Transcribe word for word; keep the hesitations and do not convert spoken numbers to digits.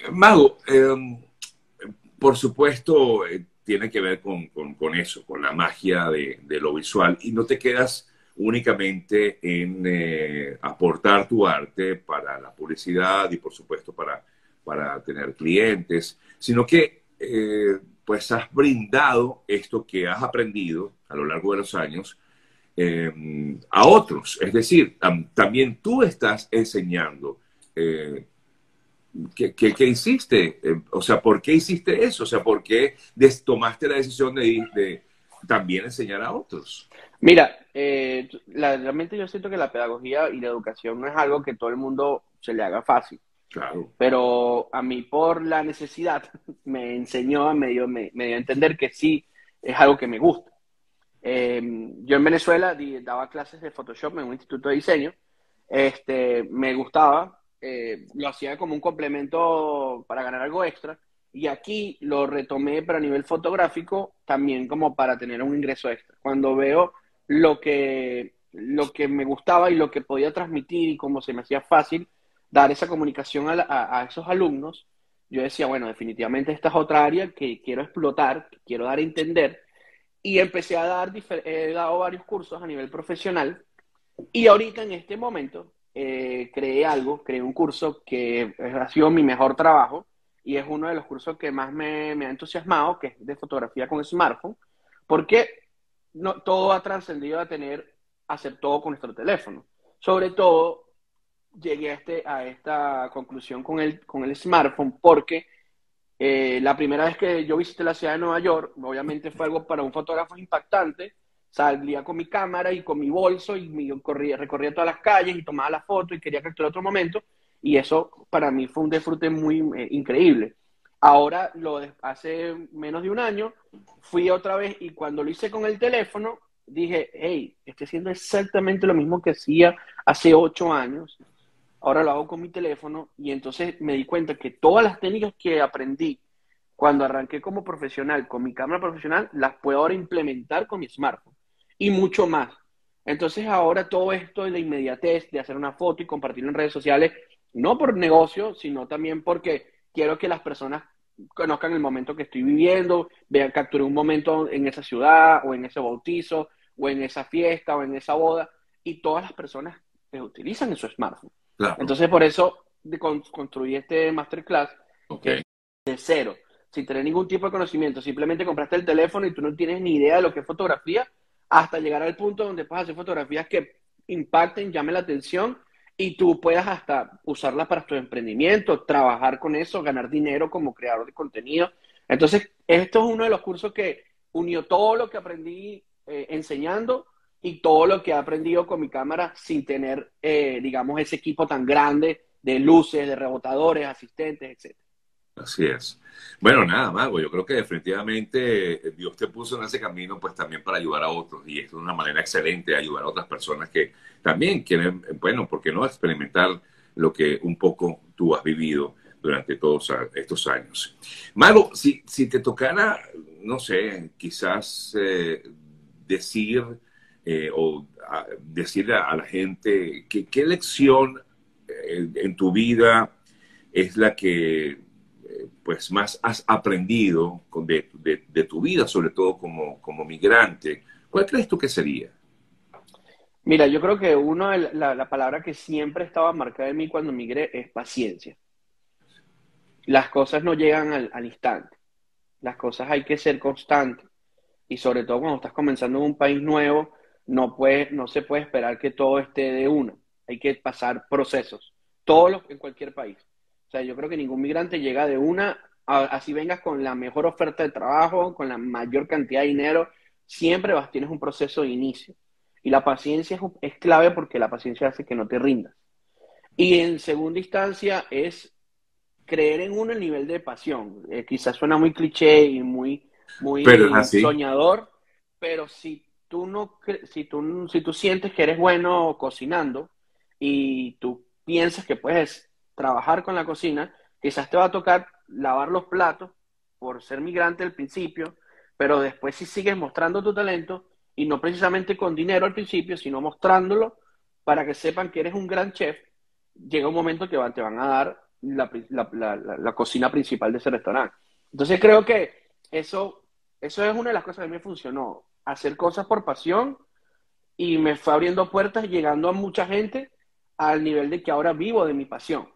Mago, eh, por supuesto, eh, tiene que ver con, con, con eso, con la magia de, de, lo visual, y no te quedas únicamente en eh, aportar tu arte para la publicidad y por supuesto para, para tener clientes, sino que eh, pues has brindado esto que has aprendido a lo largo de los años eh, a otros. Es decir, tam también tú estás enseñando. Eh, ¿Qué, qué, qué hiciste? Eh, o sea, ¿por qué hiciste eso? O sea, ¿por qué des- tomaste la decisión de, ir- de también enseñar a otros? Mira, eh, la- realmente yo siento que la pedagogía y la educación no es algo que todo el mundo se le haga fácil, Claro, pero a mí por la necesidad me enseñó, me dio, me, me dio a entender que sí es algo que me gusta. Eh, yo en Venezuela di- daba clases de Photoshop en un instituto de diseño. Este, me gustaba, eh, lo hacía como un complemento para ganar algo extra. Y aquí lo retomé, pero a nivel fotográfico, también como para tener un ingreso extra. Cuando veo lo que, lo que me gustaba y lo que podía transmitir y cómo se me hacía fácil dar esa comunicación a, la- a, a esos alumnos, yo decía, bueno, definitivamente esta es otra área que quiero explotar, que quiero dar a entender y empecé a dar, he dado varios cursos a nivel profesional y ahorita en este momento eh, creé algo, creé un curso que ha sido mi mejor trabajo y es uno de los cursos que más me, me ha entusiasmado, que es de fotografía con smartphone, porque no, todo ha trascendido a tener, hacer todo con nuestro teléfono. Sobre todo, llegué a, este, a esta conclusión con el, con el smartphone porque eh, la primera vez que yo visité la ciudad de Nueva York, obviamente fue algo para un fotógrafo impactante. Salía con mi cámara y con mi bolso y me corría, recorría todas las calles y tomaba la foto y quería capturar otro momento. Y eso para mí fue un disfrute muy eh, increíble. Ahora, lo de, hace menos de un año, fui otra vez y cuando lo hice con el teléfono, dije, hey, estoy haciendo exactamente lo mismo que hacía hace ocho años, ahora lo hago con mi teléfono y entonces me di cuenta que todas las técnicas que aprendí cuando arranqué como profesional con mi cámara profesional, las puedo ahora implementar con mi smartphone y mucho más. Entonces ahora todo esto de la inmediatez, de hacer una foto y compartirlo en redes sociales, no por negocio, sino también porque quiero que las personas conozcan el momento que estoy viviendo, vean, capturé un momento en esa ciudad o en ese bautizo o en esa fiesta o en esa boda y todas las personas que utilizan en su smartphone. claro. Entonces, por eso de con, construí este masterclass Ok. que es de cero, sin tener ningún tipo de conocimiento. Simplemente compraste el teléfono y tú no tienes ni idea de lo que es fotografía, hasta llegar al punto donde puedes hacer fotografías que impacten, llamen la atención y tú puedas hasta usarlas para tu emprendimiento, trabajar con eso, ganar dinero como creador de contenido. Entonces, esto es uno de los cursos que unió todo lo que aprendí eh, enseñando y todo lo que he aprendido con mi cámara sin tener, eh, digamos, ese equipo tan grande de luces, de rebotadores, asistentes, etcétera. Así es. Bueno, nada, Mago, yo creo que definitivamente eh, Dios te puso en ese camino pues también para ayudar a otros y es una manera excelente de ayudar a otras personas que también quieren, eh, bueno, ¿por qué no experimentar lo que un poco tú has vivido durante todos a- estos años? Mago, si, si te tocara, no sé, quizás eh, decir eh, o a- decirle a, a la gente que, qué lección eh, en tu vida es la que eh, pues más has aprendido con- de, de- de tu vida, sobre todo como, como migrante. ¿Cuál crees tú que sería? Mira, yo creo que uno, de la, la palabra que siempre estaba marcada en mí cuando migré es paciencia. Las cosas no llegan al, al instante, las cosas hay que ser constantes y sobre todo cuando estás comenzando en un país nuevo, no puede, no se puede esperar que todo esté de una, hay que pasar procesos, todos los, en cualquier país. O sea, yo creo que ningún migrante llega de una, a- así vengas con la mejor oferta de trabajo, con la mayor cantidad de dinero, siempre vas, tienes un proceso de inicio. Y la paciencia es, es clave porque la paciencia hace que no te rindas. Y en segunda instancia es creer en uno el nivel de pasión. Eh, quizás suena muy cliché y muy, Pero es muy así. soñador, pero si tú, no, cre- si tú, si tú sientes que eres bueno cocinando y tú piensas que puedes trabajar con la cocina, quizás te va a tocar lavar los platos por ser migrante al principio, pero después si sigues mostrando tu talento y no precisamente con dinero al principio, sino mostrándolo para que sepan que eres un gran chef, llega un momento que va- te van a dar la, la, la, la, la cocina principal de ese restaurante. Entonces creo que eso, eso es una de las cosas que a mí me funcionó, hacer cosas por pasión y me fue abriendo puertas, llegando a mucha gente al nivel de que ahora vivo de mi pasión.